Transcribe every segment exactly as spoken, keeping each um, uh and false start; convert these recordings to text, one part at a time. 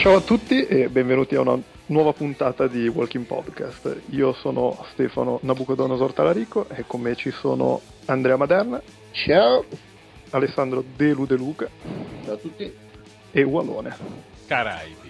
Ciao a tutti e benvenuti a una nuova puntata di Walking Podcast. Io sono Stefano Nabucodonosor Talarico e con me ci sono Andrea Maderna. Ciao. Alessandro Delu De Luca. Ciao a tutti. E Ualone. Caraibi.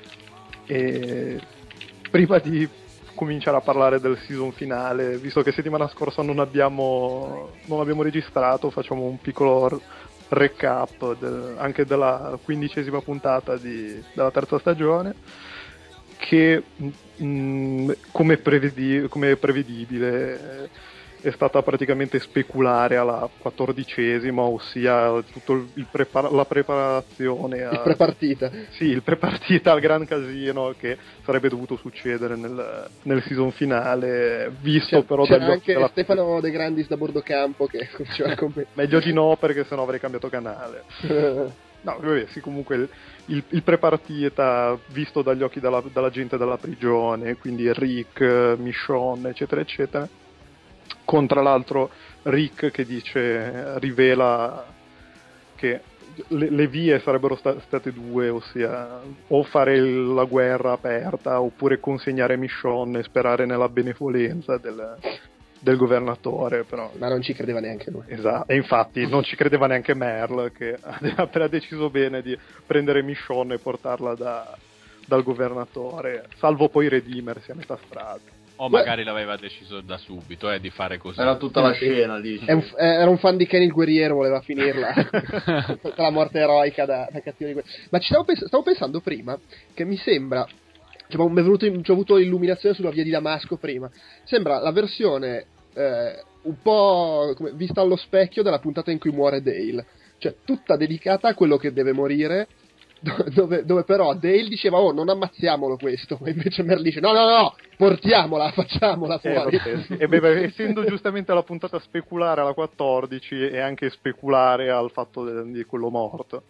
E prima di cominciare a parlare del season finale, visto che settimana scorsa non abbiamo, non abbiamo registrato, facciamo un piccolo recap del, anche della quindicesima puntata di, della terza stagione, che mh, come, prevedi, come prevedibile è stata praticamente speculare alla quattordicesima, ossia tutto il, il prepara- la preparazione a, il prepartita sì, il prepartita al gran casino che sarebbe dovuto succedere nel, nel season finale, visto c'è, però c'era dagli anche della... Stefano De Grandis da Bordocampo che faceva come meglio di no, perché sennò avrei cambiato canale. No, vabbè, sì, comunque il, il, il prepartita visto dagli occhi della, della gente della prigione, quindi Rick, Michonne, eccetera eccetera, con tra l'altro Rick che dice, rivela che le, le vie sarebbero sta- state due, ossia o fare il, la guerra aperta oppure consegnare Michonne e sperare nella benevolenza del, del governatore, però ma non ci credeva neanche lui. Esatto, e infatti non ci credeva neanche Merle, che ha appena deciso bene di prendere Michonne e portarla da, dal governatore, salvo poi redimersi a metà strada. O magari l'aveva deciso da subito, eh, di fare così. Era tutta la scena lì. Un, era un fan di Kenny il guerriero, voleva finirla. La morte eroica da, da cattivo di guerriero. Ma ci stavo, pens- stavo pensando prima che mi sembra, cioè, mi è venuto in, ho avuto l'illuminazione sulla via di Damasco prima. Sembra la versione eh, un po' come, vista allo specchio della puntata in cui muore Dale. Cioè, tutta dedicata a quello che deve morire. Dove, dove però Dale diceva oh non ammazziamolo questo, ma invece Merle dice no no no portiamola, facciamola fuori. Eh, sì. E beh, essendo giustamente la puntata speculare alla quattordici e anche speculare al fatto de- di quello morto.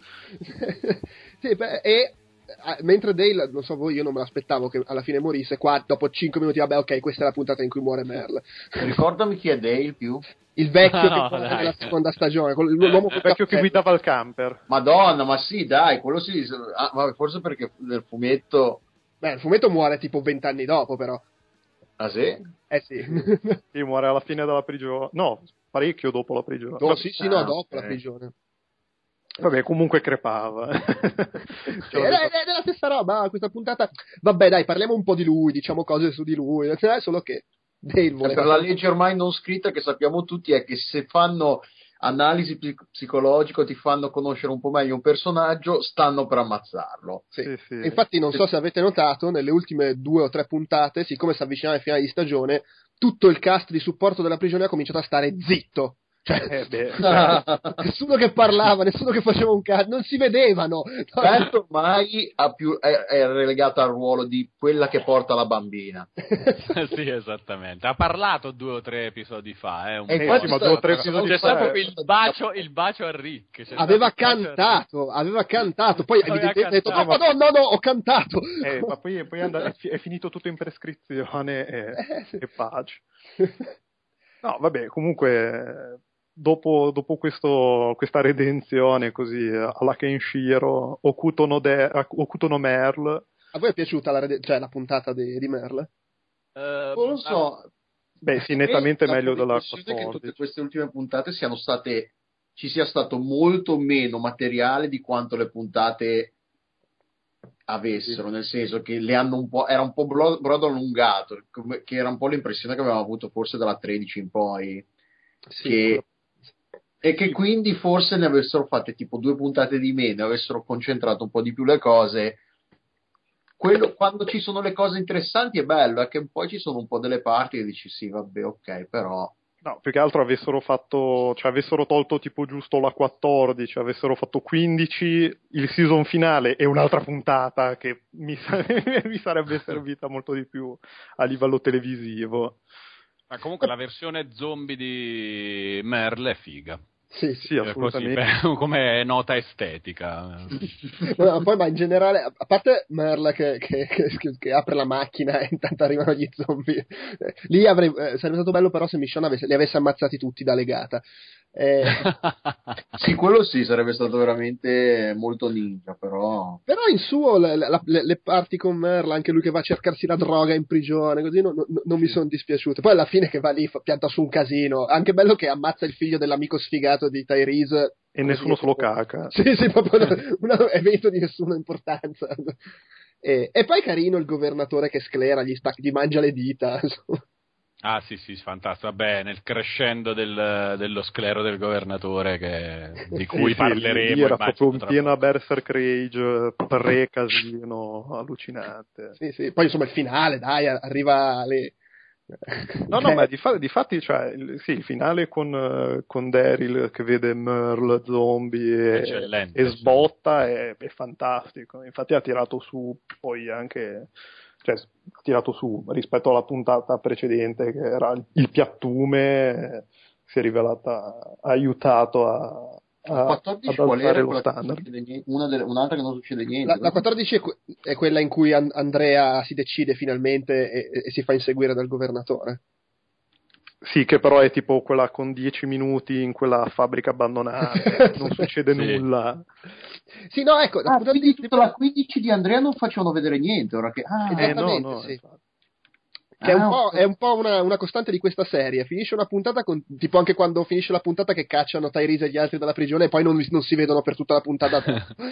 Sì, beh, e mentre Dale, non so voi, io non me l'aspettavo che alla fine morisse, qua dopo cinque minuti vabbè ok, questa è la puntata in cui muore Merle. Ricordami chi è Dale più. Il vecchio no, che dai. nella seconda stagione, l'uomo Il vecchio che guidava il camper. Madonna, ma sì, dai, quello sì. Ah, vabbè, forse perché nel fumetto. Beh, il fumetto muore tipo vent'anni dopo, però. Ah sì? Eh sì. Sì, muore alla fine della prigione. No, parecchio dopo la prigione. No, sì, sì, no, Ah, dopo ok. la prigione. Vabbè, comunque crepava. Sì, è, è, è la stessa roba, questa puntata. Vabbè, dai, parliamo un po' di lui, diciamo cose su di lui. È solo che Dale voleva... Per la legge ormai non scritta che sappiamo tutti è che se fanno analisi psic- psicologica, ti fanno conoscere un po' meglio un personaggio, stanno per ammazzarlo. Sì. Sì, sì. Infatti non so se avete notato, nelle ultime due o tre puntate, siccome si avvicinava al finale di stagione, tutto il cast di supporto della prigione ha cominciato a stare zitto. Cioè, Eh beh, nessuno che parlava, nessuno che faceva un cazzo, non si vedevano. Beth ormai ha più, è, è relegata al ruolo di quella che porta la bambina. Sì, esattamente. Ha parlato due o tre episodi fa, eh, un E po'. infatti ma sta- due o tre sta- episodi C'è fa- stato il bacio, il bacio a Rick. C'è Aveva stato il bacio a Rick. cantato, aveva cantato, poi Aveva evidentemente ha detto, no, cantato. madonna, no, ho cantato. eh, ma poi, poi è, andato- è fi- è finito tutto in prescrizione e, Eh, sì. e pace. No, vabbè, comunque dopo, dopo questo, questa redenzione così alla Kenshiro, Okuto no, De- Okuto no Merle. A voi è piaciuta la, rede- cioè, la puntata di, di Merle? Eh, Non lo so. Beh, sì, nettamente Ho meglio della l'impressione che tutte quattordici. queste ultime puntate siano state, ci sia stato molto meno materiale di quanto le puntate avessero, nel senso che le hanno un po', era un po' bro- brodo allungato, come- che era un po' l'impressione che avevamo avuto forse dalla tredici in poi, che, e che quindi forse ne avessero fatte tipo due puntate di meno, avessero concentrato un po' di più le cose. Quello, quando ci sono le cose interessanti è bello, è che poi ci sono un po' delle parti che dici sì vabbè ok, però No, più che altro avessero fatto, cioè avessero tolto tipo giusto la quattordici, avessero fatto quindici, il season finale e un'altra puntata che mi, sa- mi sarebbe servita molto di più a livello televisivo. Ma comunque la versione zombie di Merle è figa. Sì, sì. Sì, assolutamente. Così, beh, come nota estetica. No, poi ma in generale, a parte Merle che, che, che, che apre la macchina e intanto arrivano gli zombie, eh, lì avrei, eh, sarebbe stato bello però se Michonne avesse, li avesse ammazzati tutti da legata, Eh, sì, quello sì, sarebbe stato veramente molto ninja, però... Però in suo le, le, le parti con Merle, anche lui che va a cercarsi la droga in prigione, così non, non, non mi sono dispiaciute. Poi alla fine che va lì, fa, pianta su un casino, anche bello che ammazza il figlio dell'amico sfigato di Tyrese. E nessuno se lo caca. Sì, sì, proprio un evento di nessuna importanza. E, e poi carino il governatore che sclera, gli, sta, gli mangia le dita, insomma. Ah sì sì, fantastico, vabbè, nel crescendo del, dello sclero del governatore che, di cui sì, parleremo. Sì, era proprio in piena poco. Berserk Rage, pre-casino, allucinante. Sì, sì, poi insomma il finale, dai, arriva le... No, no, ma di, fa- di fatti, cioè, il, sì, il finale con, uh, con Daryl che vede Merle zombie e, e sbotta è, è fantastico. Infatti ha tirato su poi anche... cioè ha tirato su rispetto alla puntata precedente che era il piattume, eh, si è rivelata ha aiutato a, a quattordici ad qual era alzare lo standard. Una delle, un'altra che non succede niente. La, la quattordici è, que- è quella in cui An- Andrea si decide finalmente e, e si fa inseguire dal governatore. Sì, che però è tipo quella con dieci minuti in quella fabbrica abbandonata, non succede sì. nulla. Sì, no, ecco, ah, quindi tutta la quindici di Andrea non facevano vedere niente, ora che... Ah, esattamente, eh, no, no, sì. infatti. Che è un ah, po', è un po una, una costante di questa serie. Finisce una puntata con, tipo anche quando finisce la puntata che cacciano Tyrese e gli altri dalla prigione e poi non, non si vedono per tutta la puntata.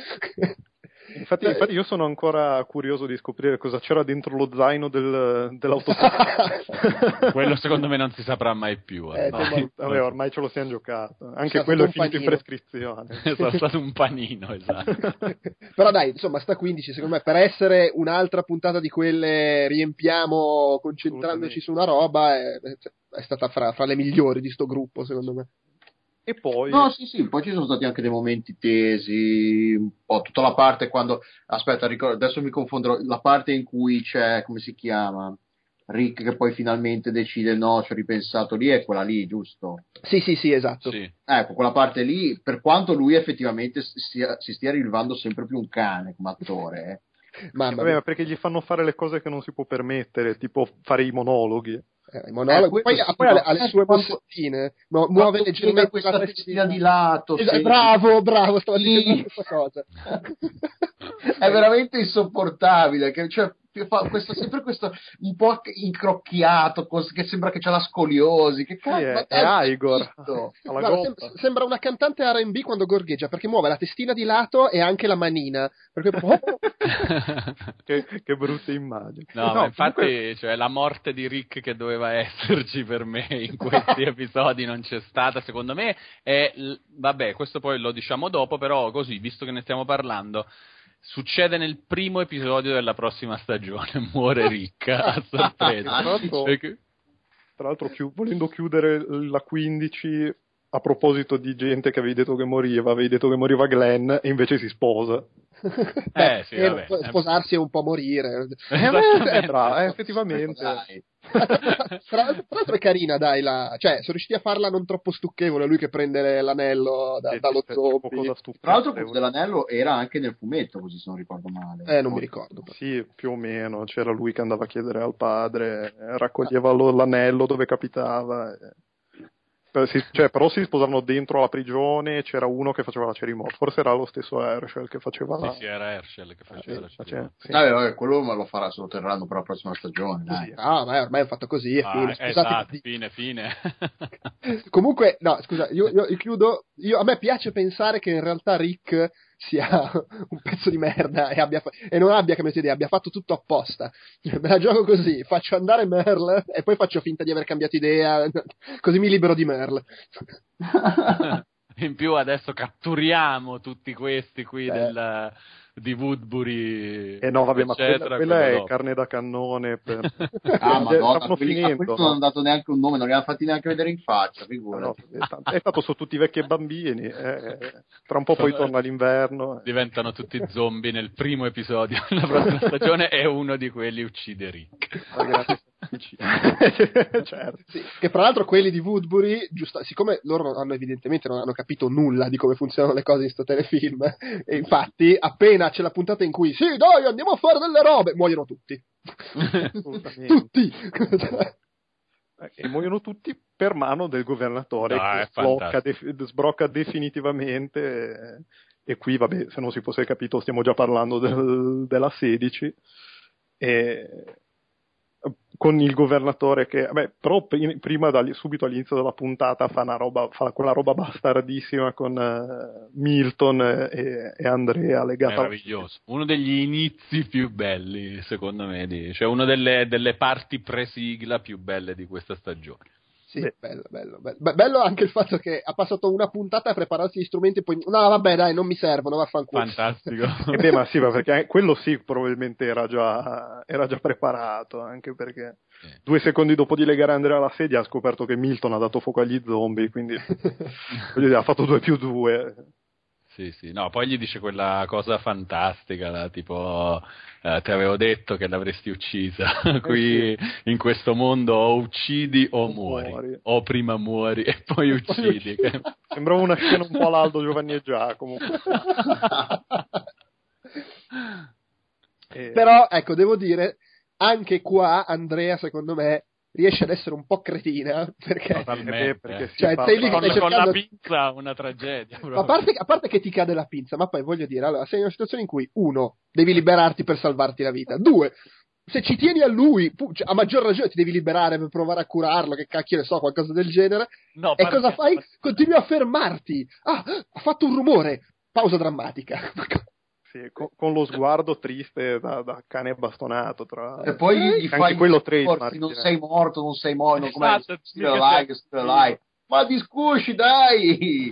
Infatti, infatti io sono ancora curioso di scoprire cosa c'era dentro lo zaino del, dell'autostop. Quello secondo me non si saprà mai più. Eh, ormai. Vabbè, ormai ce lo siamo giocato. Anche È quello è stato un finito in panino. prescrizione. È stato un panino, esatto. Però dai, insomma, sta quindici, secondo me, per essere un'altra puntata di quelle riempiamo concentrandoci su una roba, è, è stata fra, fra le migliori di sto gruppo, secondo me. E poi... No, sì, sì, poi ci sono stati anche dei momenti tesi, un po' tutta la parte quando... Aspetta, ricordo, adesso mi confonderò, la parte in cui c'è, come si chiama? Rick che poi finalmente decide, no, ci ho ripensato, lì è quella lì, giusto? Sì, sì, sì, esatto. Sì. Ecco, quella parte lì, per quanto lui effettivamente stia, si stia rilevando sempre più un cane come attore, eh. Mamma Vabbè, mia. ma perché gli fanno fare le cose che non si può permettere, tipo fare i monologhi. Eh, monologo, eh, poi, sì, poi ha, no, ha le sue mossettine, mu- muove Quando leggermente gira questa la testina di lato, Esatto, sì. bravo, bravo, stavo Sì. dicendo la stessa cosa. È veramente insopportabile, che cioè, fa questo, sempre questo un po' incrocchiato, cos- che sembra che c'ha la scoliosi, che Sì, cazzo, è, ma è dai, Igor. zitto. Alla Guarda, goppa. sem- sembra una cantante R and B quando gorgheggia, perché muove la testina di lato e anche la manina. Perché... che, che brutte immagini. No, No, ma infatti comunque... cioè, la morte di Rick che doveva esserci per me in questi episodi non c'è stata, secondo me è, vabbè, questo poi lo diciamo dopo, però così, visto che ne stiamo parlando, succede nel primo episodio della prossima stagione, muore Rick a sorpresa. Tra l'altro, Perché... tra l'altro chi- volendo chiudere la quindici, a proposito di gente che avevi detto che moriva, avevi detto che moriva Glenn e invece si sposa. Beh, Eh, sì, eh, vabbè. sposarsi è un po' morire. Esattamente. Eh, bravo, eh, effettivamente. Dai. Tra, tra l'altro è carina, dai, la... cioè, sono riusciti a farla non troppo stucchevole, lui che prende l'anello da, Sì, dallo c'è poco zombie. da stupire. Tra l'altro quello dell'anello era anche nel fumetto, così se non ricordo male. Eh, non mi ricordo. Sì, più o meno, c'era lui che andava a chiedere al padre, eh, raccoglieva lo- l'anello dove capitava. eh. Per- si- cioè, però si sposavano dentro la prigione, c'era uno che faceva la cerimonia, forse era lo stesso Herschel che faceva la... Sì, sì, era Herschel che faceva Sì, la face- cerimonia. sì. Vabbè, vabbè, quello me lo farà, se lo terranno per la prossima stagione, dai. Ah, ma ormai è fatto così, è Ah, fine. Scusate, esatto, fine, fine. comunque, no, scusa, io, io, io chiudo. Io, a me piace pensare che in realtà Rick sia un pezzo di merda e, abbia, e non abbia cambiato idea, abbia fatto tutto apposta. Me la gioco così, faccio andare Merle e poi faccio finta di aver cambiato idea, così mi libero di Merle. In più adesso catturiamo tutti questi qui Eh. del, di Woodbury. Eh no, vabbè, ma quella, eccetera, quella quello è dopo. carne da cannone. Per... Ah, madonna, stavano quelli, a finendo. questo non hanno dato neanche un nome, non li hanno fatti neanche vedere in faccia, No, figurati. è, stato, è stato su tutti i vecchi e bambini. eh, tra un po' poi torna l'inverno. eh. Diventano tutti zombie nel primo episodio della prossima stagione e uno di quelli uccide Rick. Ragazzi, certo. Sì, che fra l'altro quelli di Woodbury, giusto, siccome loro non hanno evidentemente non hanno capito nulla di come funzionano le cose in sto telefilm, e infatti appena c'è la puntata in cui sì dai andiamo a fare delle robe, muoiono tutti. Assolutamente. Tutti. e muoiono tutti per mano del governatore No, che è sblocca def- sbrocca definitivamente e, e qui vabbè, se non si fosse capito stiamo già parlando del, della sedici e con il governatore che vabbè, però prima dal, subito all'inizio della puntata fa una roba fa quella roba bastardissima con uh, Milton e, e Andrea legata meraviglioso, uno degli inizi più belli secondo me di, cioè una delle, delle parti pre-sigla più belle di questa stagione. Sì, bello, bello, bello. Be- bello anche il fatto che ha passato una puntata a prepararsi gli strumenti e poi no vabbè dai non mi servono, vaffanculo. Fantastico. E beh ma sì, ma perché quello sì probabilmente era già, era già preparato, anche perché sì. Due secondi dopo di legare Andrea alla sedia ha scoperto che Milton ha dato fuoco agli zombie, quindi voglio dire, ha fatto due più due. Sì, sì, no, poi gli dice quella cosa fantastica, là, tipo, eh, ti avevo detto che l'avresti uccisa, qui in questo mondo o uccidi o, o muori. muori, o prima muori e poi uccidi. Che... Sembrava una scena un po' all'Aldo, Giovanni e Giacomo. e... Però, ecco, devo dire, anche qua Andrea, secondo me, riesce ad essere un po' cretina perché, Totalmente, perché cioè, sei lì che con, stai cercando... con la pinza una tragedia a parte, a parte che ti cade la pinza, ma poi voglio dire, allora sei in una situazione in cui uno, devi liberarti per salvarti la vita, due, se ci tieni a lui pu- cioè, a maggior ragione ti devi liberare per provare a curarlo, che cacchio ne so, qualcosa del genere, no, e cosa fai? Continui a fermarti, ah, ha fatto un rumore, pausa drammatica. Sì, con, con lo sguardo triste da, da cane bastonato tra... e poi gli, gli anche fai quello trademark, non sei morto, non sei morto, non come esatto, still alive, still alive. Ma discusci dai.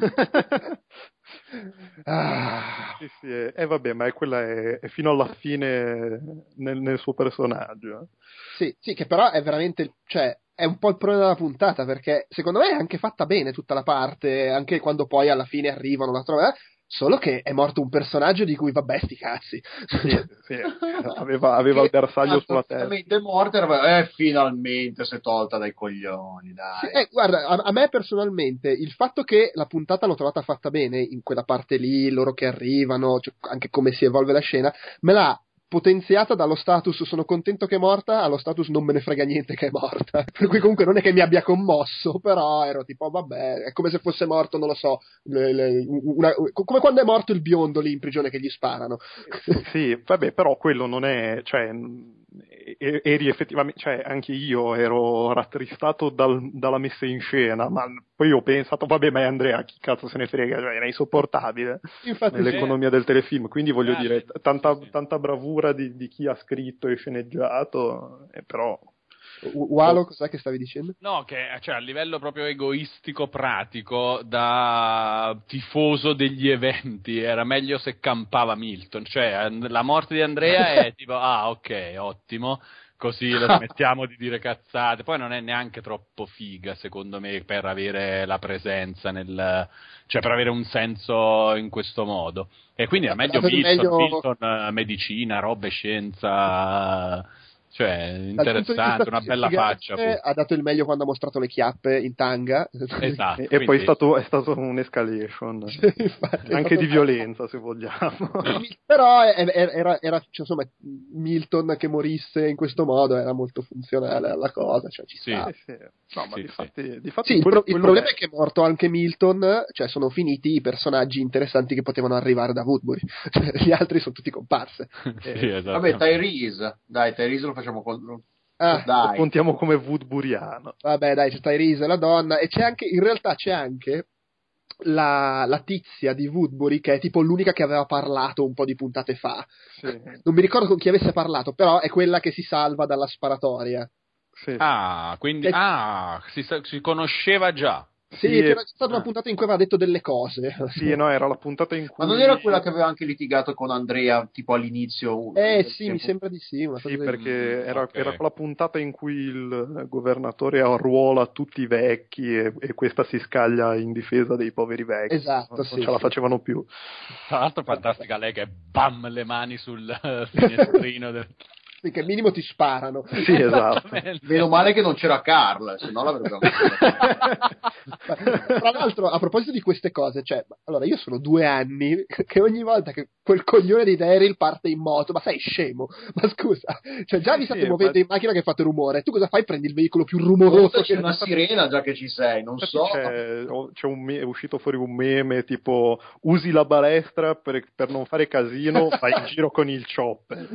ah. Sì, sì, e eh, vabbè, ma è quella è, è fino alla fine nel, nel suo personaggio. Sì, sì, che però è veramente, cioè, è un po' il problema della puntata, perché secondo me è anche fatta bene tutta la parte, anche quando poi alla fine arrivano la trova. Solo che è morto un personaggio di cui vabbè sti cazzi. Sì, sì. Aveva, aveva il bersaglio sulla testa. Finalmente morta, eh, finalmente si è tolta dai coglioni, dai. Sì, eh, guarda, a, a me personalmente il fatto che la puntata l'ho trovata fatta bene in quella parte lì, loro che arrivano, cioè, anche come si evolve la scena, me l'ha potenziata dallo status sono contento che è morta allo status non me ne frega niente che è morta, per cui comunque non è che mi abbia commosso, però ero tipo vabbè, è come se fosse morto, non lo so, le, le, una, come quando è morto il biondo lì in prigione che gli sparano. Sì, vabbè, però quello non è, cioè eri effettivamente, cioè anche io ero rattristato dal, dalla messa in scena, ma poi ho pensato vabbè, ma è Andrea, chi cazzo se ne frega, cioè era insopportabile. Infatti, nell'economia del telefilm, quindi voglio ah, dire sì, tanta, sì. tanta bravura di, di chi ha scritto e sceneggiato, eh, però Walo, cos'è che stavi dicendo? No, che cioè, a livello proprio egoistico, pratico, da tifoso degli eventi, era meglio se campava Milton. Cioè, la morte di Andrea è tipo, ah, ok, ottimo, così lo smettiamo di dire cazzate. Poi non è neanche troppo figa, secondo me, per avere la presenza nel... cioè per avere un senso in questo modo. E quindi è meglio Milton, meglio... Milton, medicina, robe, scienza... cioè interessante, una bella faccia. Ha dato il meglio quando ha mostrato le chiappe in tanga. Esatto. E, e poi è stato, è stato un'escalation infatti, anche di violenza, se vogliamo. Però era, era cioè, insomma, Milton che morisse in questo modo era molto funzionale alla cosa, cioè ci sì, sta. sì. No, ma sì, di sì. fatti, di fatti sì, quello, il, pro- il quello problema è... è che è morto anche Milton, cioè sono finiti i personaggi interessanti che potevano arrivare da Woodbury. Gli altri sono tutti comparse. Sì, eh, esatto. Vabbè, Tyrese, dai, Tyrese lo facciamo con... Ah, dai. Lo contiamo come Woodburiano. Vabbè, dai, c'è Tyrese, la donna, e c'è anche, in realtà c'è anche la, la tizia di Woodbury, che è tipo l'unica che aveva parlato un po' di puntate fa. Sì. Non mi ricordo con chi avesse parlato, però è quella che si salva dalla sparatoria. Sì. Ah, quindi, è... ah, si, si conosceva già. Sì, sì, c'era stata una puntata in cui aveva detto delle cose. Sì, no, era la puntata in cui... Ma non era quella che aveva anche litigato con Andrea, tipo all'inizio? Eh sì, tempo. Mi sembra di sì. Una sì, cosa perché del... era, okay. era quella puntata in cui il governatore arruola tutti i vecchi e, e questa si scaglia in difesa dei poveri vecchi. Esatto, non, sì, non ce la facevano più. Tra l'altro fantastica lei che bam le mani sul finestrino del... Sì, che minimo ti sparano. Sì, esatto. Meno male che non c'era Carl, se no l'avrebbero Tra l'altro, a proposito di queste cose, cioè, allora io sono due anni che ogni volta che quel coglione di Daryl parte in moto, ma sei scemo? Ma scusa, cioè già vi state sì, muovendo ma... in macchina che fate rumore, tu cosa fai? Prendi il veicolo più rumoroso? C'è che... una sirena già che ci sei, non so. C'è, c'è un me- è uscito fuori un meme tipo usi la balestra per, per non fare casino, fai in giro con il chopper.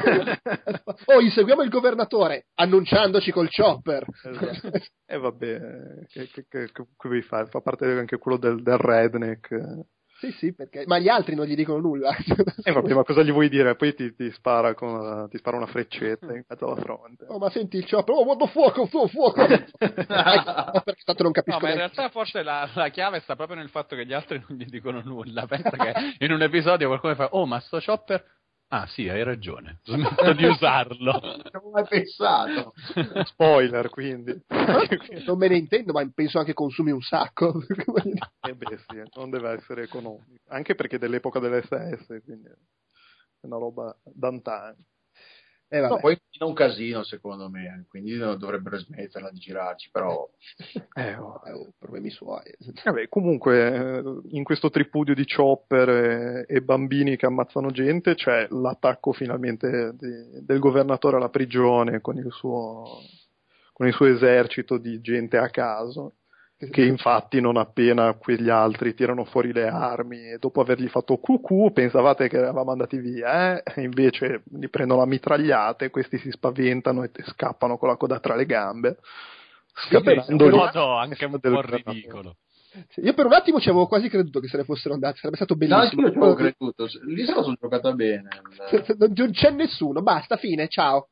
Oh, inseguiamo il governatore annunciandoci col chopper. Esatto. E eh, vabbè, che, che, che, che vuoi fare? Fa parte anche quello del, del redneck. Sì, sì, perché... ma gli altri non gli dicono nulla. E eh, vabbè, ma cosa gli vuoi dire? Poi ti, ti spara con, ti spara una freccetta in mezzo alla fronte. Oh, ma senti il chopper, oh, what the fuck, oh, fuck, perché tanto non capisco. No, ma in realtà forse la, la chiave sta proprio nel fatto che gli altri non gli dicono nulla. Pensa che in un episodio qualcuno fa, oh, ma sto chopper... Ah sì, hai ragione, smetto di usarlo. Non avevo mai pensato. Spoiler, quindi. Non me ne intendo, ma penso anche consumi un sacco. Eh beh sì, non deve essere economico. Anche perché è dell'epoca dell'esse esse, quindi è una roba d'antan. Eh, no, poi è un casino secondo me, quindi dovrebbero smetterla di girarci, però eh, oh, oh, problemi suoi. Vabbè, comunque in questo tripudio di chopper e, e bambini che ammazzano gente c'è l'attacco finalmente di, del governatore alla prigione con il suo con il suo esercito di gente a caso, che infatti non appena quegli altri tirano fuori le armi e dopo avergli fatto cucù pensavate che eravamo andati via, eh? E invece li prendono a mitragliate, questi si spaventano e scappano con la coda tra le gambe, scappando in modo anche un po' ridicolo. Sì, io per un attimo ci avevo quasi creduto che se ne fossero andati, sarebbe stato bellissimo. No, io ci avevo creduto, lì se la sono giocata bene. Non c'è nessuno, basta, fine, ciao.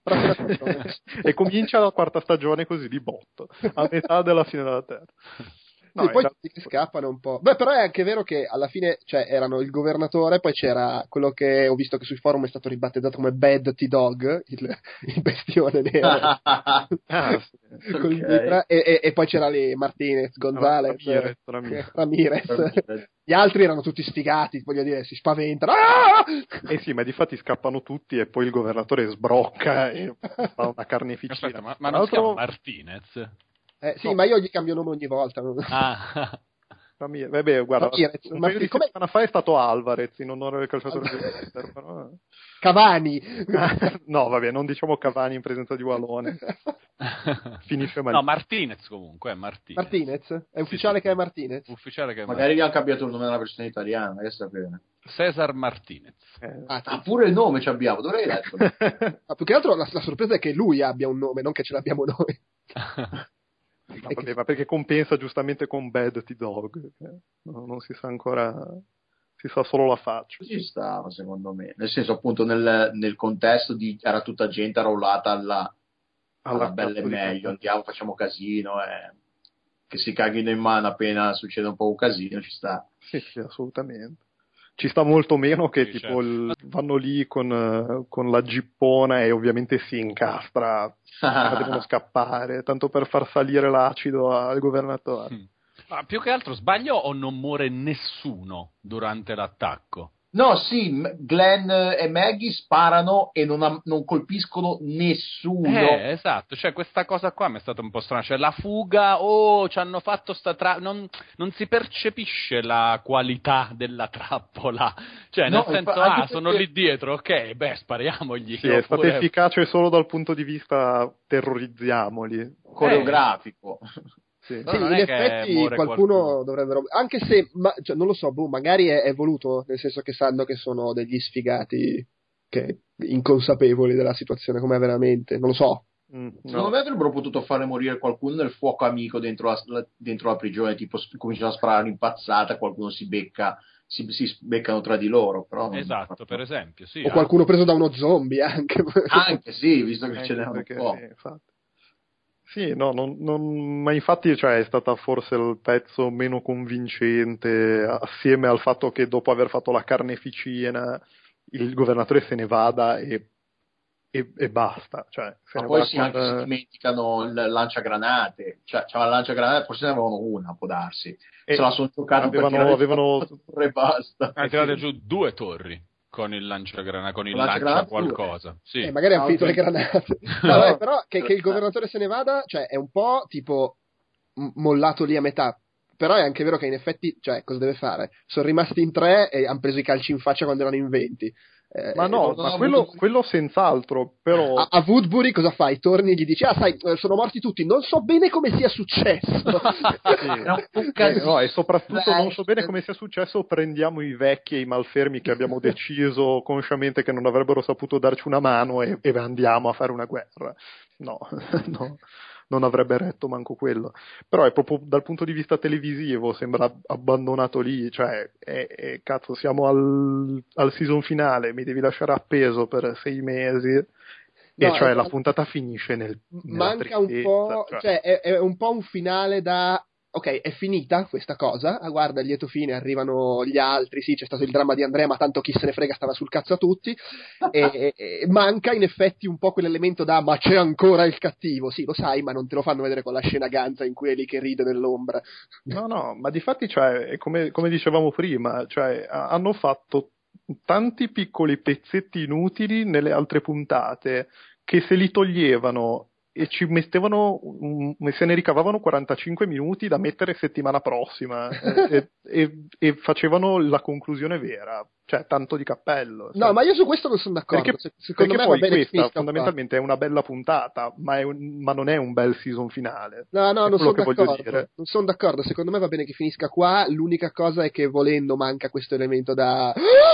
E comincia la quarta stagione così di botto, a metà della fine della terza. No, sì, poi era... ti scappano un po'. Beh, però è anche vero che alla fine, cioè, erano il governatore, poi c'era quello che ho visto che sui forum è stato ribattezzato come Bad T-Dog, il, il bestione nero. ah, sì. Con okay. e, e, e poi c'era lì Martinez, Gonzalez, Ramirez, Ramirez. Ramirez. Ramirez. Gli altri erano tutti sfigati, voglio dire, si spaventano. Ah! Eh sì, ma di fatti scappano tutti e poi il governatore sbrocca e fa una carneficina. Aspetta, ma, ma non si chiama Martinez? Eh, sì, no. Ma io gli cambio nome ogni volta. Ah. Vabbè, guarda, Ramirez, un paio di settimana fa è stato Alvarez in onore del calciatore del però... Cavani. No, vabbè, non diciamo Cavani in presenza di Wallone. Finisce male. No, Martinez comunque, è Martinez. Martinez? È ufficiale sì, che è Martinez? Ufficiale che è Magari gli hanno cambiato il nome nella versione italiana, che sapere. Cesar Martinez. Eh. Ah, ah, pure il nome ci abbiamo, dovrei detto. Ma più che altro la, la sorpresa è che lui abbia un nome, non che ce l'abbiamo noi. Ma, vabbè, ma perché compensa giustamente con Bad T-Dog, no, non si sa ancora, si sa solo la faccia. Ci stava secondo me, nel senso appunto nel, nel contesto di era tutta gente arruolata alla, alla, alla bella e meglio, andiamo, facciamo casino, eh. Che si caghino in mano appena succede un po' un casino, ci sta. Sì, sì, assolutamente. Ci sta molto meno che sì, tipo certo. il, vanno lì con, con la gippona e ovviamente si incastra, devono scappare, tanto per far salire l'acido al governatore. Mm. Ma più che altro sbaglio o non muore nessuno durante l'attacco? No, sì, Glenn e Maggie sparano e non, am- non colpiscono nessuno. Eh, esatto, cioè questa cosa qua mi è stata un po' strana, cioè la fuga, oh, ci hanno fatto sta tra... non, non si percepisce la qualità della trappola, cioè nel no, senso, ah, perché... sono lì dietro, ok, beh, spariamogli. Sì, è stato efficace solo dal punto di vista terrorizziamoli. Coreografico. Eh. Sì, sì in effetti qualcuno, qualcuno dovrebbero, anche se ma, cioè, non lo so, boh, magari è, è voluto, nel senso che sanno che sono degli sfigati che inconsapevoli della situazione com'è veramente, non lo so. Mm, no. Secondo me avrebbero potuto fare morire qualcuno nel fuoco amico dentro la, la, dentro la prigione, tipo cominciano a sparare un'impazzata, qualcuno si becca, si, si beccano tra di loro, però esatto, per esempio, sì, o qualcuno preso da uno zombie anche, anche sì, visto che anche ce n'è un po'. Sì, infatti. Sì, no, non, non, ma infatti cioè, è stata forse il pezzo meno convincente, assieme al fatto che dopo aver fatto la carneficina il governatore se ne vada e, e, e basta. Cioè, se ma ne poi va sì, con... anche si dimenticano il lanciagranate, cioè c'era la lanciagranate, forse ne avevano una, può darsi. E se la sono giocata avevano, per avevano... e basta. Hanno tirato giù due torri. Con il lanciagranate, con il lancia qualcosa. Sì. Eh, magari hanno ah, finito okay. le granate. No, beh, però che, che il governatore se ne vada, cioè è un po' tipo m- mollato lì a metà. però è anche vero che in effetti, cioè, cosa deve fare? Sono rimasti in tre e hanno preso i calci in faccia quando erano in venti. Eh, ma no, ma quello, avuto... quello senz'altro, però... A, a Woodbury cosa fai? Torni e gli dici, ah sai, sono morti tutti, non so bene come sia successo. Sì. eh, no, e soprattutto non so bene come sia successo, prendiamo i vecchi e i malfermi che abbiamo deciso consciamente che non avrebbero saputo darci una mano e, e andiamo a fare una guerra. No, no. Non avrebbe retto manco quello, però è proprio dal punto di vista televisivo sembra abbandonato lì, cioè è, è, cazzo siamo al, al season finale, mi devi lasciare appeso per sei mesi no, e cioè è, la puntata finisce nel manca un po', cioè, cioè è, è un po' un finale da ok, è finita questa cosa, ah, guarda, il lieto fine, arrivano gli altri, sì, c'è stato il dramma di Andrea, ma tanto chi se ne frega, stava sul cazzo a tutti, e, e manca in effetti un po' quell'elemento da ma c'è ancora il cattivo, sì, lo sai, ma non te lo fanno vedere con la scena ganza in cui è lì che ride nell'ombra. No, no, ma difatti, cioè, come, come dicevamo prima, cioè, hanno fatto tanti piccoli pezzetti inutili nelle altre puntate, che se li toglievano e ci mettevano, um, se ne ricavavano quarantacinque minuti da mettere settimana prossima e, e, e facevano la conclusione vera, cioè tanto di cappello. No, cioè, ma io su questo non sono d'accordo. Perché, Se, secondo perché me poi va bene questa fondamentalmente qua. È una bella puntata, ma, è un, ma non è un bel season finale. No, no, non sono d'accordo. Non sono d'accordo. Secondo me va bene che finisca qua. L'unica cosa è che volendo manca questo elemento da,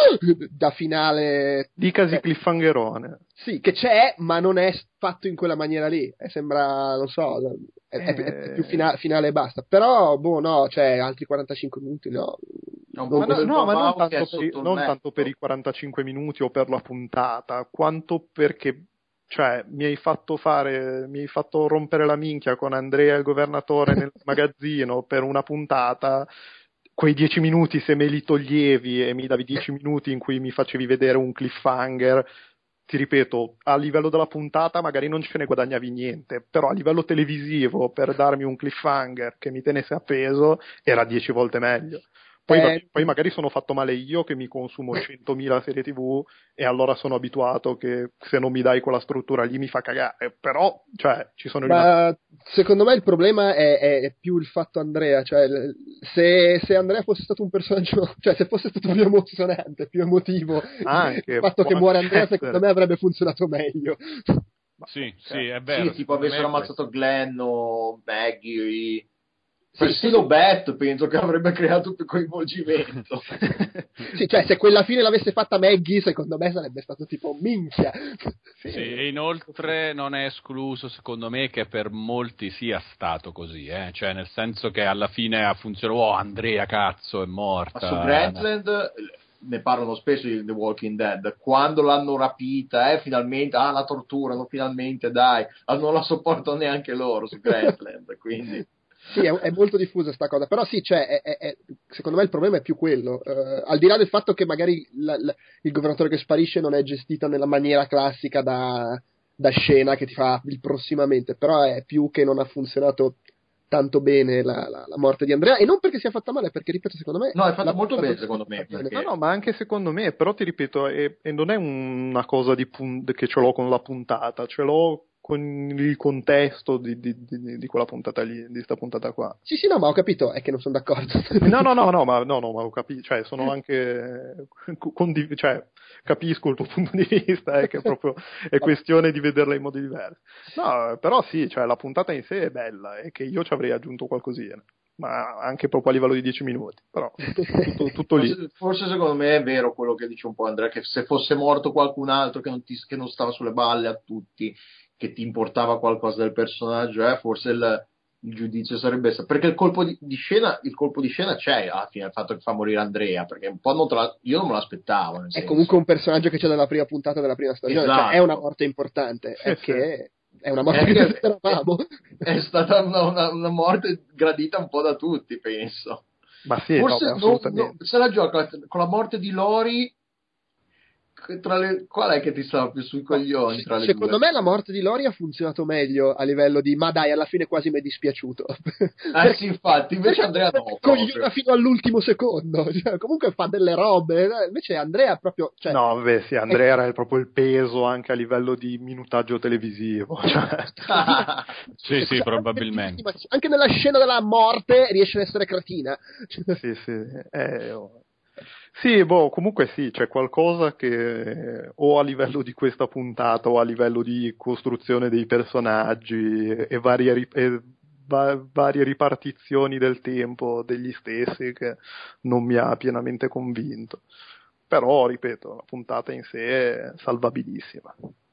da finale. Dicasi eh. cliffhangerone. Sì, che c'è, ma non è fatto in quella maniera lì. Eh, sembra, non so, è, è, è più fina, finale e basta. Però, boh, no, cioè altri quarantacinque minuti, no. No, ma, no, no, ma non, tanto per, i, non tanto per i quarantacinque minuti o per la puntata, quanto perché, cioè, mi hai fatto fare, mi hai fatto rompere la minchia con Andrea il governatore nel magazzino per una puntata. Quei dieci minuti, se me li toglievi e mi davi dieci minuti in cui mi facevi vedere un cliffhanger, ti ripeto, a livello della puntata magari non ce ne guadagnavi niente, però a livello televisivo, per darmi un cliffhanger che mi tenesse appeso, era dieci volte meglio. Poi, eh, poi magari sono fatto male io che mi consumo centomila serie tv e allora sono abituato che se non mi dai quella struttura lì mi fa cagare, però cioè ci sono ma secondo me il problema è, è, è più il fatto Andrea, cioè se, se Andrea fosse stato un personaggio, cioè se fosse stato più emozionante, più emotivo, anche, il fatto che muore Andrea essere. Secondo me avrebbe funzionato meglio. Ma, sì, sì, è vero. Sì, tipo avessero ammazzato Glenn o Maggie. Persino Beth penso che avrebbe creato più coinvolgimento. Sì, cioè se quella fine l'avesse fatta Maggie, secondo me sarebbe stato tipo minchia. Sì, sì, e inoltre non è escluso secondo me che per molti sia stato così, eh? Cioè nel senso che alla fine ha funzionato, oh Andrea cazzo è morta. Ma su Grantland ne parlano spesso di The Walking Dead, quando l'hanno rapita, eh, finalmente, ah la torturano finalmente, dai, non la sopportano neanche loro su Grantland, quindi... Sì, è, è molto diffusa sta cosa, però sì, cioè, è, è, è, secondo me il problema è più quello, uh, al di là del fatto che magari la, la, il governatore che sparisce non è gestito nella maniera classica da, da scena che ti fa il prossimamente, però è più che non ha funzionato tanto bene la, la, la morte di Andrea, e non perché sia fatta male, perché ripeto secondo me... No, è fatta molto bene secondo me. Perché... No, no, ma anche secondo me, però ti ripeto, è, e non è una cosa di pun- che ce l'ho con la puntata, ce l'ho con il contesto di, di, di, di quella puntata lì, di sta puntata qua. Sì, sì, no, ma ho capito, è che non sono d'accordo. No, no, no, no, ma, no, no, ma ho capito, cioè, sono anche, condiv- cioè, capisco il tuo punto di vista, è che proprio è questione di vederla in modi diversi. No, però sì, cioè, la puntata in sé è bella, e che io ci avrei aggiunto qualcosina, ma anche proprio a livello di dieci minuti, però tutto, tutto lì. Forse, forse secondo me è vero quello che dice un po' Andrea, che se fosse morto qualcun altro che non, ti, che non stava sulle balle a tutti, che ti importava qualcosa del personaggio, eh, forse il, il giudizio sarebbe stato, perché il colpo di, di scena il colpo di scena c'è alla fine, il fatto che fa morire Andrea, perché un po' non la, io non me l'aspettavo, nel è senso. Comunque un personaggio che c'è dalla prima puntata della prima stagione, esatto. Cioè è una morte importante, è che è una morte è che speravamo. È stata una, una, una morte gradita un po' da tutti, penso. Ma sì, forse no, assolutamente. No, no, se la gioca con la morte di Lori tra le, qual è che ti stava più sui coglioni tra le Secondo due? me la morte di Lori ha funzionato meglio a livello di ma dai, alla fine quasi mi è dispiaciuto. Ah sì, infatti, invece Andrea no. Cogliona fino all'ultimo secondo, cioè, comunque fa delle robe, invece Andrea proprio... Cioè, no, vabbè, sì, Andrea era proprio il peso anche a livello di minutaggio televisivo. Cioè. sì, sì, cioè, probabilmente. Anche nella scena della morte riesce ad essere cretina. Sì, sì. Eh, oh. Sì, boh, comunque sì, c'è qualcosa che o a livello di questa puntata o a livello di costruzione dei personaggi e varie, ri- e va- varie ripartizioni del tempo degli stessi che non mi ha pienamente convinto. Però, ripeto, la puntata in sé è salvabilissima.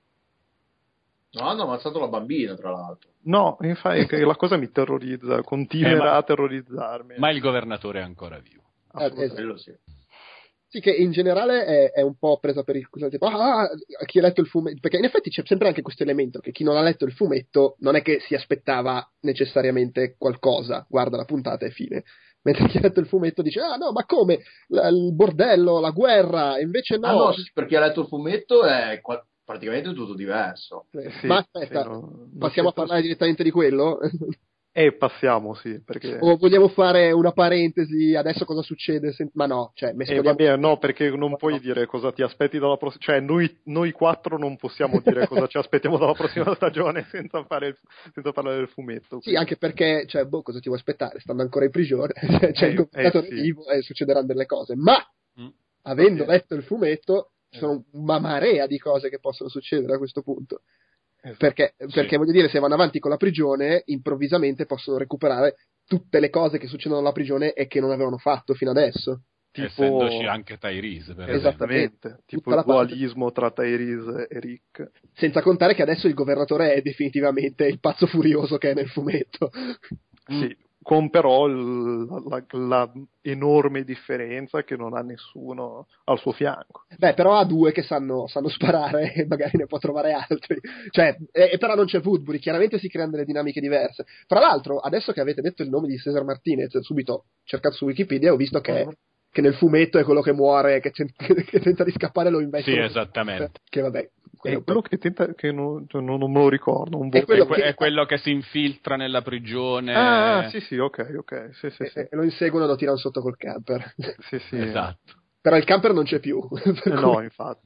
No, hanno ammazzato la bambina, tra l'altro. No, infatti che la cosa mi terrorizza, continuerà Eh, ma... a terrorizzarmi. Ma il governatore è ancora vivo. Assolutamente. Quello sì. Sì, che in generale è, è un po' presa per il culo, tipo, ah, chi ha letto il fumetto, perché in effetti c'è sempre anche questo elemento che chi non ha letto il fumetto non è che si aspettava necessariamente qualcosa, guarda la puntata e fine, mentre chi ha letto il fumetto dice, ah no, ma come, la, il bordello, la guerra, e invece no. Ah no, sì, per chi ha letto il fumetto è qua- praticamente tutto diverso. Sì, ma aspetta, sì, no, passiamo a parlare direttamente di quello? Eh, passiamo, sì, perché... O vogliamo fare una parentesi, adesso cosa succede? Se... Ma no, cioè, Eh, vabbè, no, perché non puoi dire cosa ti aspetti dalla prossima... Cioè, noi, noi quattro non possiamo dire cosa ci aspettiamo dalla prossima stagione senza, fare il... senza parlare del fumetto. Sì, anche perché, cioè, boh, cosa ti vuoi aspettare? Stanno ancora in prigione, c'è eh, il governatore eh, sì. vivo e succederanno delle cose. Ma, Mm. avendo Sì. letto il fumetto, ci sono una marea di cose che possono succedere a questo punto. Esatto. Perché, Sì. perché voglio dire, se vanno avanti con la prigione, improvvisamente possono recuperare tutte le cose che succedono alla prigione e che non avevano fatto fino adesso. Tipo... Essendoci anche Tyrese, per esempio. Esattamente, tipo Tutta il la parte- dualismo tra Tyrese e Rick. Senza contare che adesso il governatore è definitivamente il pazzo furioso che è nel fumetto. Sì, con però il- la, la enorme differenza che non ha nessuno al suo fianco. Beh, però ha due che sanno, sanno sparare e magari ne può trovare altri. Cioè, e, e però non c'è Woodbury, chiaramente si creano delle dinamiche diverse. Tra l'altro, adesso che avete detto il nome di Cesar Martinez, subito ho cercato su Wikipedia e ho visto che, che nel fumetto è quello che muore, che, ten- che tenta di scappare e lo investono. Sì, esattamente. Che vabbè. È quello che tenta, che non, cioè, non, non me lo ricordo. Un È quello È, que- che- è quello che si infiltra nella prigione. Ah, sì, sì, ok, ok. Sì, sì, E, sì. e lo inseguono e lo tirano sotto col camper. Sì, sì. Esatto. Però il camper non c'è più. per Eh, no, cui- infatti.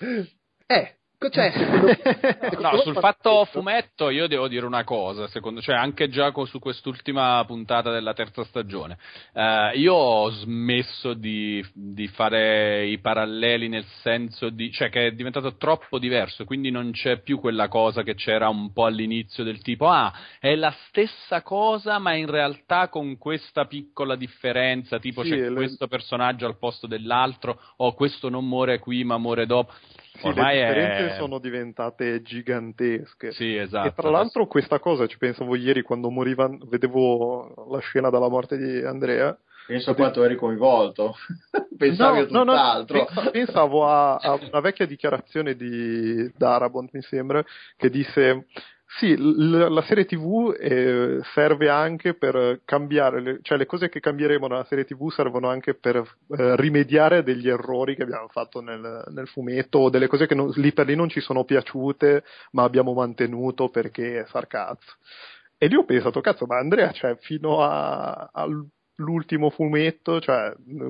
Eh, cioè, secondo, secondo No, voi sul fa- fatto fumetto io devo dire una cosa, secondo, cioè anche già co- su quest'ultima puntata della terza stagione, eh, io ho smesso di, di fare i paralleli nel senso di, cioè che è diventato troppo diverso, quindi non c'è più quella cosa che c'era un po' all'inizio del tipo, ah, è la stessa cosa ma in realtà con questa piccola differenza, tipo Sì, c'è le- questo personaggio al posto dell'altro, o questo non muore qui ma muore dopo. Sì, Ormai le differenze è... sono diventate gigantesche. Sì, esatto. E tra l'altro questa cosa, ci pensavo ieri quando moriva, vedevo la scena della morte di Andrea. Penso a quanto eri coinvolto. Pensavi a no, no, tutt'altro. pensa- pensavo a, a una vecchia dichiarazione di Darabont, mi sembra, che disse sì, l- la serie tivù eh, serve anche per cambiare, le, cioè le cose che cambieremo nella serie tivù servono anche per eh, rimediare degli errori che abbiamo fatto nel, nel fumetto o delle cose che non, lì per lì non ci sono piaciute ma abbiamo mantenuto perché è sarcazzo. E lì ho pensato, cazzo, ma Andrea, cioè, fino a, all'ultimo fumetto, cioè,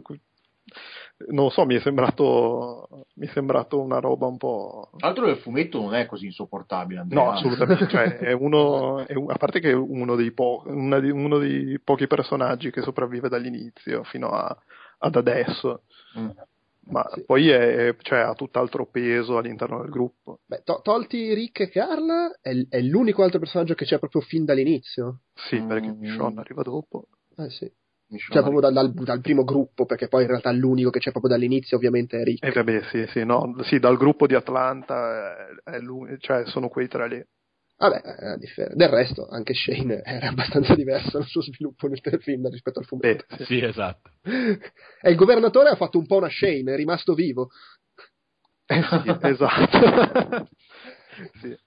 non so, mi è sembrato, mi è sembrato una roba un po'... Tra l'altro il fumetto non è così insopportabile, Andrea. No, assolutamente, cioè, è uno, è un- a parte che è uno dei, po- una di- uno dei pochi personaggi che sopravvive dall'inizio fino a, ad adesso. Mm. Ma Sì. poi è, cioè, ha tutt'altro peso all'interno del gruppo. Beh, to- tolti Rick e Carl, è, l- è l'unico altro personaggio che c'è proprio fin dall'inizio. Sì, perché Mm. Sean arriva dopo. Eh sì. Michonne. Cioè proprio dal, dal- dal primo gruppo, perché poi in realtà l'unico che c'è proprio dall'inizio ovviamente è Rick. E vabbè, sì, sì, no, sì, dal gruppo di Atlanta, è, è lui, cioè, sono quei tre lì. Vabbè, è differente. Del resto, anche Shane era abbastanza diverso nel suo sviluppo nel film rispetto al fumetto. Beh, sì. Sì, esatto. E il governatore ha fatto un po' una Shane, è rimasto vivo. Eh sì, esatto. Sì.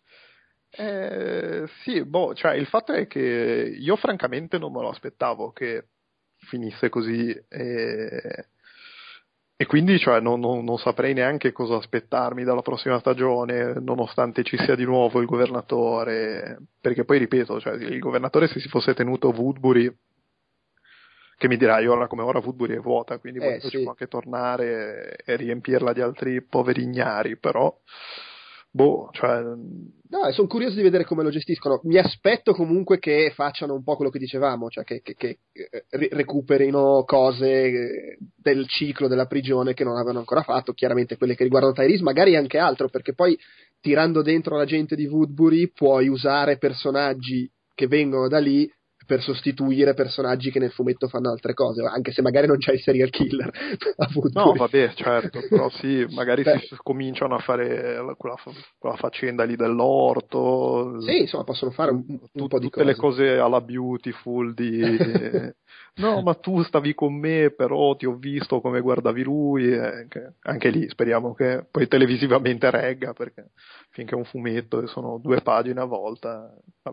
Eh, sì, boh, cioè il fatto è che io francamente non me lo aspettavo che finisse così e, e quindi cioè, non, non, non saprei neanche cosa aspettarmi dalla prossima stagione, nonostante ci sia di nuovo il governatore, perché poi ripeto, cioè, il governatore se si fosse tenuto Woodbury, che mi dirai ora come ora Woodbury è vuota, quindi Eh, ci sì. può anche tornare e riempirla di altri poveri ignari, però boh, cioè No, sono curioso di vedere come lo gestiscono. Mi aspetto comunque che facciano un po' quello che dicevamo, cioè che, che, che eh, ri- recuperino cose eh, del ciclo della prigione che non avevano ancora fatto, chiaramente quelle che riguardano Tyrese, magari anche altro, perché poi tirando dentro la gente di Woodbury puoi usare personaggi che vengono da lì per sostituire personaggi che nel fumetto fanno altre cose, anche se magari non c'è il serial killer a Woodbury. no, vabbè, certo, però sì, magari Beh. si cominciano a fare quella, quella faccenda lì dell'orto. Sì, insomma, possono fare un, un Tut- po' di tutte cose. le cose alla Beautiful di no, ma tu stavi con me, però ti ho visto come guardavi lui, e che- anche lì speriamo che poi televisivamente regga, perché finché è un fumetto e sono due pagine a volta, vabbè.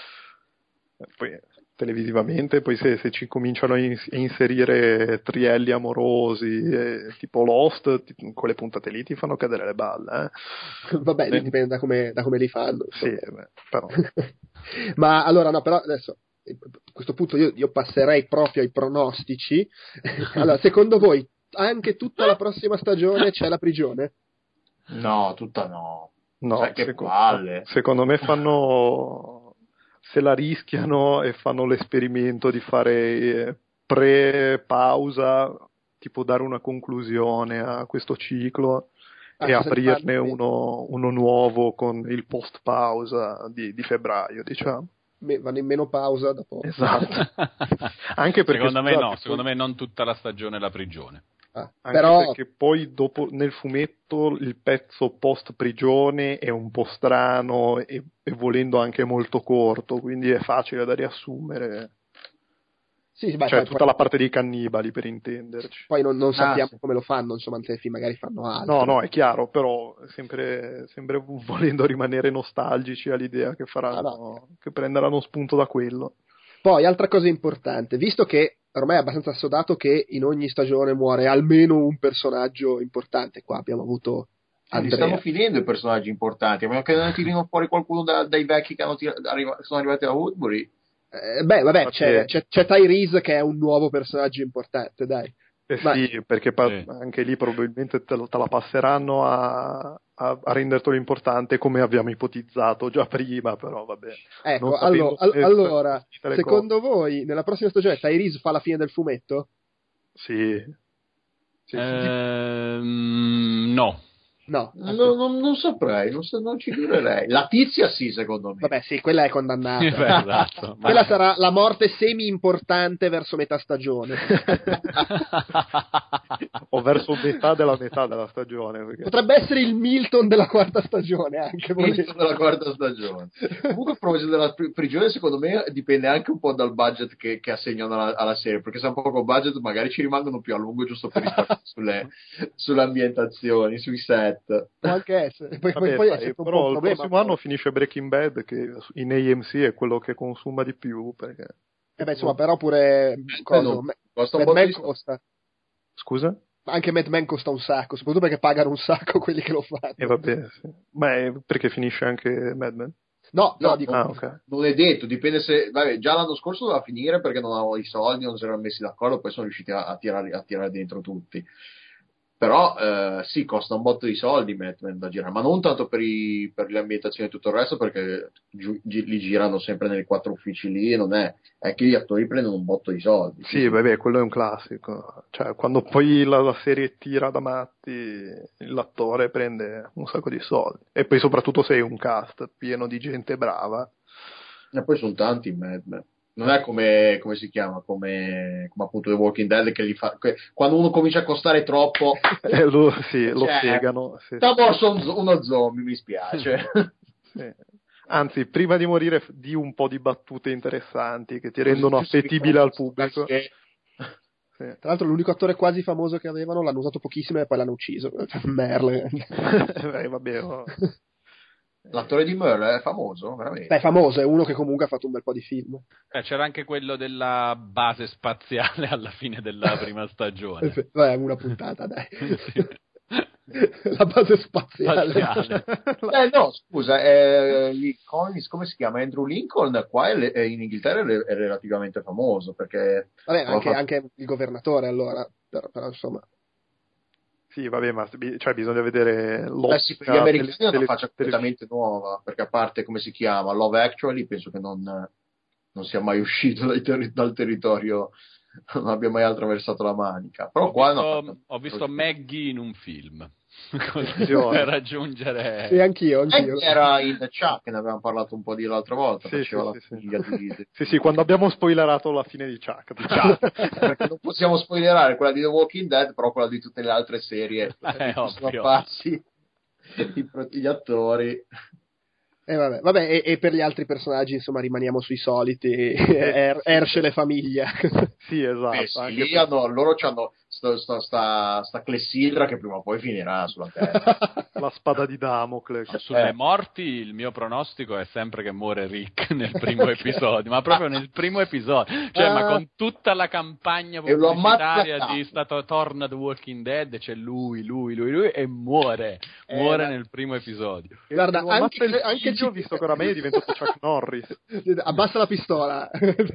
Poi televisivamente, poi se, se ci cominciano a ins- a inserire trielli amorosi, eh, tipo Lost, ti- quelle puntate lì ti fanno cadere le balle, eh. Vabbè, Eh, dipende da come, da come li fanno. sì, insomma. beh, però Ma allora, no, però adesso a questo punto io, io passerei proprio ai pronostici. Allora, secondo voi anche tutta la prossima stagione c'è la prigione? No, tutta no. no, Sai che seco- palle. secondo me fanno se la rischiano e fanno l'esperimento di fare eh, pre-pausa, tipo dare una conclusione a questo ciclo Ah, e cosa ne aprirne fanno? uno, uno nuovo con il post-pausa di, di febbraio, diciamo. Me- Vanno in menopausa dopo. Esatto. Anche perché, secondo me scusate, no, poi- secondo me non tutta la stagione è la prigione. Ah, Anche però perché poi dopo nel fumetto il pezzo post prigione è un po' strano e, e volendo anche molto corto, quindi è facile da riassumere. sì, sì, beh, Cioè poi, tutta poi- la parte dei cannibali, per intenderci. poi non, non sappiamo sì. come lo fanno, insomma, Antefi magari fanno altro. No, no, è chiaro, però sempre, sempre volendo rimanere nostalgici all'idea che faranno, Ah, no. che prenderanno spunto da quello. Poi, altra cosa importante, visto che ormai è abbastanza assodato che in ogni stagione muore almeno un personaggio importante, qua abbiamo avuto Ah, li Andrea. stanno finendo i personaggi importanti, a meno che non tirino fuori qualcuno da- dai vecchi che hanno tira- arriva- sono arrivati a Woodbury. Eh, beh, vabbè, Infatti- c'è, c'è, c'è Tyrese che è un nuovo personaggio importante, dai. Eh Ma- sì, perché pa- Sì. anche lì probabilmente te, lo- te la passeranno a, a, a rendertelo importante come abbiamo ipotizzato già prima, però vabbè. Ecco, Non sapendo allo- al- come- allora, tutte le secondo voi nella prossima stagione Tyrese fa la fine del fumetto? cose. Sì. Sì, sì. Ehm, no. No. Non, non- non saprei, non, so- non ci giurerei. La tizia sì, secondo me. Vabbè, sì, quella è condannata. Beh, esatto. Quella Ma- sarà la morte semi-importante verso metà stagione. O verso metà della metà della stagione. Perché... Potrebbe essere il Milton della quarta stagione, anche volendo. Inizio della quarta stagione. Comunque, a proposito della pri- prigione, secondo me dipende anche un po' dal budget che, che assegnano alla, alla serie. Perché se ha poco budget, magari ci rimangono più a lungo giusto per risparmiare sulle, sulle ambientazioni, sui set. Può anche essere. Poi, poi, Vabbè, poi è sai, sempre un po' però un il problema. prossimo anno finisce Breaking Bad, che in A M C è quello che consuma di più. Perché... Eh beh, insomma, però pure cosa, non- Ma- costa un Mad po' Men di- costa. Scusa? Anche Mad Men costa un sacco, soprattutto perché pagano un sacco quelli che lo fanno. E vabbè, sì. Ma è perché finisce anche Mad Men? No, no, No, dico, Ah, ok. Non è detto, dipende se. Vabbè, già l'anno scorso doveva finire perché non avevano i soldi, non si erano messi d'accordo, poi sono riusciti a, a, tirare, a tirare dentro tutti. Però eh, sì, costa un botto di soldi Mad Men da girare, ma non tanto per, i, per le ambientazioni e tutto il resto, perché gi- gi- li girano sempre nei quattro uffici lì, e non è, è che gli attori prendono un botto di soldi. Sì, vabbè, quello è un classico. Cioè, quando poi la, la serie tira da matti, l'attore prende un sacco di soldi. E poi soprattutto se hai un cast pieno di gente brava. E poi sono tanti in Mad Men. Non è come, come si chiama, come, come appunto The Walking Dead, che, gli fa, che quando uno comincia a costare troppo, E lo, sì, lo Cioè, piegano. Sì, sta morso un zo- uno zombie, mi spiace. sì. Anzi, prima di morire di un po' di battute interessanti che ti rendono Così si appetibile al ricorda pubblico. che- Sì. tra l'altro l'unico attore quasi famoso che avevano l'hanno usato pochissimo e poi l'hanno ucciso. Merle. Eh, vabbè, oh. L'attore di Merle è famoso, veramente. Beh, è famoso, è uno che comunque ha fatto un bel po' di film. Eh, c'era anche quello della base spaziale alla fine della prima stagione. Beh, una puntata, dai. Sì. La base spaziale. Spaziale. Eh no, scusa, eh, Lee Collins, come si chiama? Andrew Lincoln, qua è, è in Inghilterra è, è relativamente famoso, perché... Vabbè, anche, fatto... anche il governatore, allora, però, però insomma... Sì, vabbè, ma cioè, bisogna vedere l'ottica. Eh sì, per gli americani è una faccia completamente nuova, perché a parte, come si chiama, Love Actually, penso che non, non sia mai uscito dal, ter- dal territorio, non abbia mai attraversato la Manica. Però ho qua visto, no, ho visto Maggie in un film. Così, per raggiungere... Sì, anchio, anch'io. Era in The Chuck, ne avevamo parlato un po' di l'altra volta, sì, faceva sì, la sì, figlia sì. di... sì, sì, quando abbiamo spoilerato la fine di Chuck. Di Chuck. Perché non possiamo spoilerare quella di The Walking Dead, però quella di tutte le altre serie. Eh, sono ovvio. apparsi gli attori. E eh, vabbè, vabbè e, e per gli altri personaggi, insomma, rimaniamo sui soliti. er, Herschel e famiglia. Sì, esatto. Beh, sì, anche lì hanno, loro c'hanno sta, sta, sta, sta clessidra che prima o poi finirà sulla terra. La spada di Damocle. Sulle Eh. morti il mio pronostico è sempre che muore Rick nel primo episodio, ma proprio nel primo episodio, cioè Ah. ma con tutta la campagna E lo pubblicitaria ammazza. di stato torna The Walking Dead, c'è lui, lui, lui, lui e muore, muore Eh, nel primo episodio. Guarda, Lo anche, ammazza il anche figlio, visto che oramai è diventato Chuck Norris. Abbassa la pistola.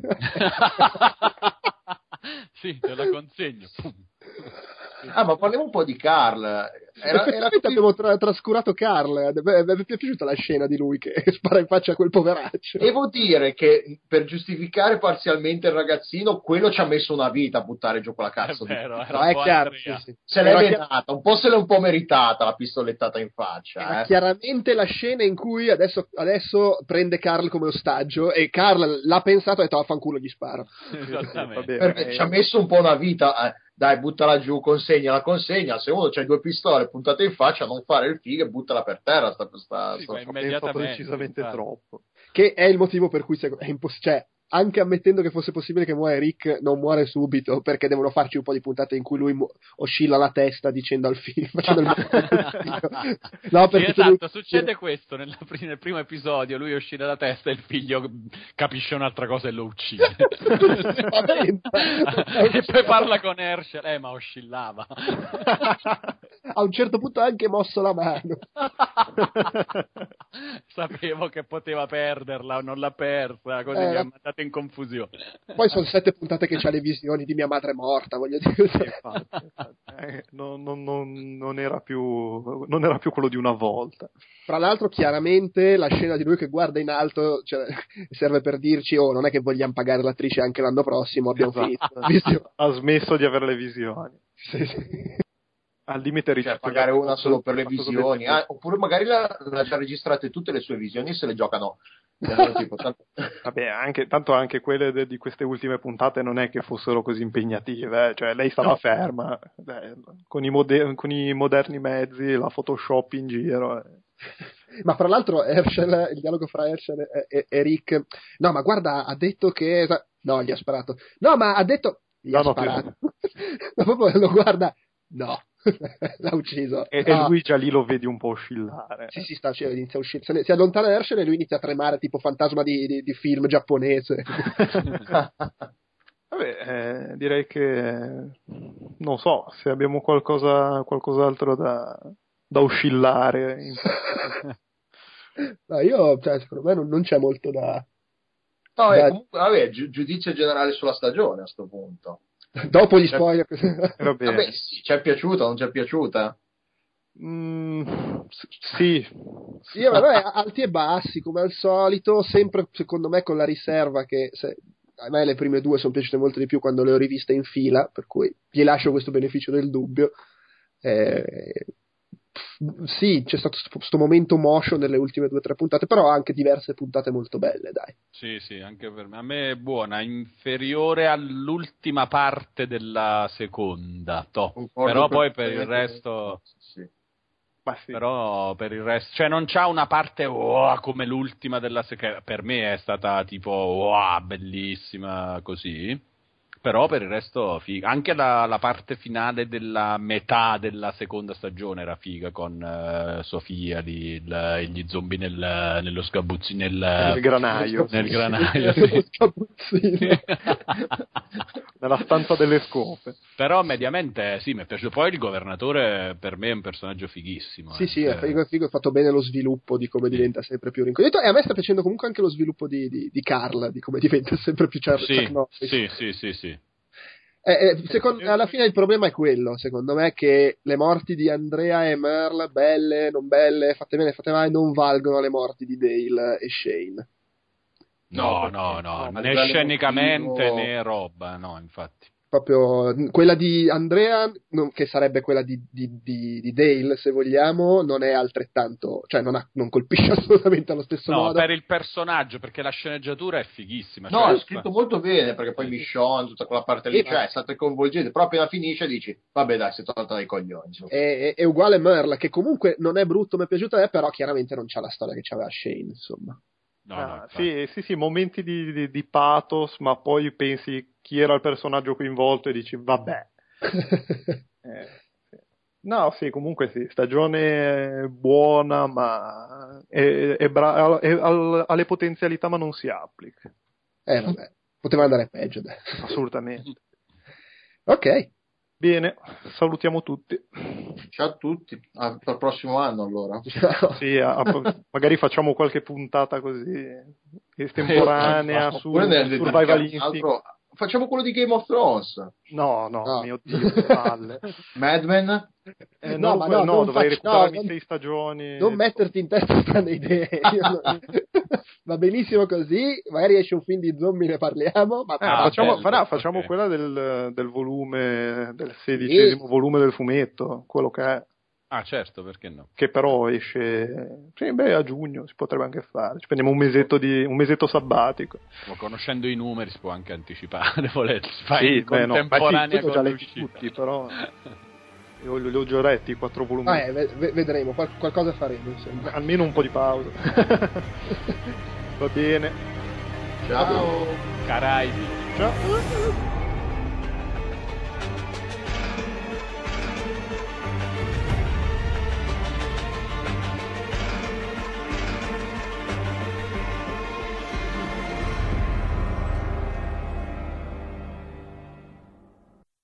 Sì, te la consegno. Pum. Ah, ma parliamo un po' di Carl. Era, era Effettivamente qui- abbiamo tra- trascurato Carl. Beh, mi è piaciuta la scena di lui che spara in faccia a quel poveraccio. Devo dire che per giustificare parzialmente il ragazzino, quello ci ha messo una vita a buttare giù quella È cazzo di... vero, era No, un è po' chiaro, Andrea. sì, sì. Se l'è Era chi- venata, un po' se l'è un po' meritata la pistolettata in faccia. Era Eh. chiaramente la scena in cui adesso, adesso prende Carl come ostaggio e Carl l'ha pensato e ha detto affanculo gli sparo. Esattamente. Va bene, Perché eh, ci ha messo un po' una vita, eh, dai, buttala giù, consegna la consegna. Se uno c'ha due pistole puntate in faccia, non fare il figo e buttala per terra. Sta, sta, Sì, sta- ma ho pensato immediatamente, decisamente infatti. troppo. Che è il motivo per cui se- è imposs- cioè, anche ammettendo che fosse possibile che muore Rick, non muore subito perché devono farci un po' di puntate in cui lui mu- oscilla la testa dicendo al figlio facendo il no, Sì, perché esatto, lui- succede questo nella pri- nel primo episodio, lui uscì dalla testa e il figlio capisce un'altra cosa e lo uccide. E poi parla con Herschel, eh ma oscillava. a un certo punto ha anche mosso la mano. Sapevo che poteva perderla, non l'ha persa, così Eh, mi ha la- mandato in confusione. Poi sono sette puntate che c'ha le visioni di mia madre morta, voglio dire. Infatti, infatti. Eh, non, non- non- non era più, non era più quello di una volta. Fra l'altro, chiaramente la scena di lui che guarda in alto cioè, serve per dirci: oh, non è che vogliamo pagare l'attrice anche l'anno prossimo, abbiamo Esatto. finito. Visto? Ha smesso di avere le visioni. Sì, sì. Al limite cioè, rispetto pagare a- una solo per le fatto visioni. così. Ah, oppure magari l'ha, l'ha già registrate tutte le sue visioni e se le giocano. Eh, tipo, tanto- Vabbè, anche, tanto anche quelle de- di queste ultime puntate non è che fossero così impegnative, eh. Cioè lei stava ferma, eh, con, i mode- con i moderni mezzi, la Photoshop in giro. eh. Ma fra l'altro Herschel, il dialogo fra Herschel e, e- e Rick, no ma guarda, ha detto che... No, gli ha sparato. No, ma ha detto... Gli No, ha no, sparato. Ma proprio lo guarda... No, l'ha ucciso. E, e No. lui già lì lo vedi un po' oscillare. Sì, sì, sta, cioè, inizia a uscire. Se ne- si allontana Herschel e lui inizia a tremare tipo fantasma di, di- di film giapponese. Vabbè, eh, direi che non so se abbiamo qualcosa, qualcos'altro da, da oscillare. in- No, io, cioè, secondo me non, non c'è molto da... No, eh, Dai. comunque, vabbè, gi- giudizio generale sulla stagione a sto punto. Dopo gli Cioè- spoiler... Va bene. Vabbè, sì, ci è piaciuta o non ci è piaciuta? Mm, s- sì, Sì, vabbè, alti e bassi, come al solito, sempre secondo me con la riserva che se, a me le prime due sono piaciute molto di più quando le ho riviste in fila, per cui gli lascio questo beneficio del dubbio. Eh, sì, c'è stato questo momento motion nelle ultime due o tre puntate, però anche diverse puntate molto belle, dai. Sì, sì, anche per me. A me è buona, inferiore all'ultima parte della seconda, toh. Concordo Però poi per il perfettamente. resto... Sì. ma sì. Però per il resto, cioè non c'ha una parte wow, come l'ultima della seconda, per me è stata tipo wow, bellissima così. Però per il resto figa. Anche la, la parte finale della metà della seconda stagione era figa, con uh, Sofia lì, il, gli zombie nel, nello sgabuzzino, nel, nel granaio. Nel granaio, sì. sì. Nella stanza delle scope. Però mediamente sì, mi è piaciuto. Poi il governatore per me è un personaggio fighissimo. Sì, eh. sì, è figo, è figo, è fatto bene lo sviluppo di come Sì. diventa sempre più rincoglionito, e a me sta piacendo comunque anche lo sviluppo di, di, di Carl, di come diventa sempre più Char- Sì, Chuck Norris. sì, sì, sì, sì. Eh, eh, secondo, alla fine il problema è quello, secondo me, che le morti di Andrea e Merle, belle, non belle, fatte bene, fatte male, non valgono le morti di Dale e Shane. No, No, no, no, no, né a livello scenicamente emotivo- né roba, no, infatti. Proprio quella di Andrea, non- che sarebbe quella di, di, di, di Dale, se vogliamo, non è altrettanto, cioè non, ha, non colpisce assolutamente allo stesso No, modo. per il personaggio, perché la sceneggiatura è fighissima. No, cioè, è scritto molto bene, perché poi Michonne, tutta quella parte lì, Sì, cioè ma- è stata coinvolgente, però appena finisce dici, vabbè dai, si è tolta dai coglioni. insomma. È, è, è uguale Merle, che comunque non è brutto, mi è piaciuto a me, però chiaramente non c'ha la storia che c'aveva Shane, insomma. No, Ah, no, infatti. sì, sì, sì, momenti di, di, di pathos, ma poi pensi chi era il personaggio coinvolto e dici, vabbè. Eh, sì. No, sì, comunque sì, stagione buona, ma è, è bra- è- ha ha le potenzialità, ma non si applica. Eh, vabbè, poteva andare peggio, dai. Assolutamente. Ok. Bene, salutiamo tutti. Ciao a tutti, ah, per il prossimo anno allora. Ciao. Sì, a- a- magari facciamo qualche puntata così estemporanea su Oppure ne dedichiamo Survival un Instinct. altro- Facciamo quello di Game of Thrones. No, no, No. mio Dio, che palle. Mad Men? Eh, No, no, ma que- no, no, non dovrei faccio- recuperarmi no, non- sei stagioni. Non metterti in testa strane idee. Io non- Va benissimo così, magari esce un film di zombie, ne parliamo, ma Eh, Ah, facciamo bello, fa- facciamo ok. quella del, del volume, del sedicesimo volume del fumetto, quello che è, Ah, certo, perché no? che però esce, sì, beh, a giugno si potrebbe anche fare, ci prendiamo un mesetto, di, un mesetto sabbatico. Ma conoscendo i numeri si può anche anticipare, volete. Si fa Sì, in beh, no, ma sì, contemporanea quello già con letti l'uscita. tutti, però io li ho già letti i quattro volumi, Ah, eh, ve- vedremo, qual- qualcosa faremo, insomma. almeno un po' di pausa. Va bene, Ciao. Caraibi. ciao.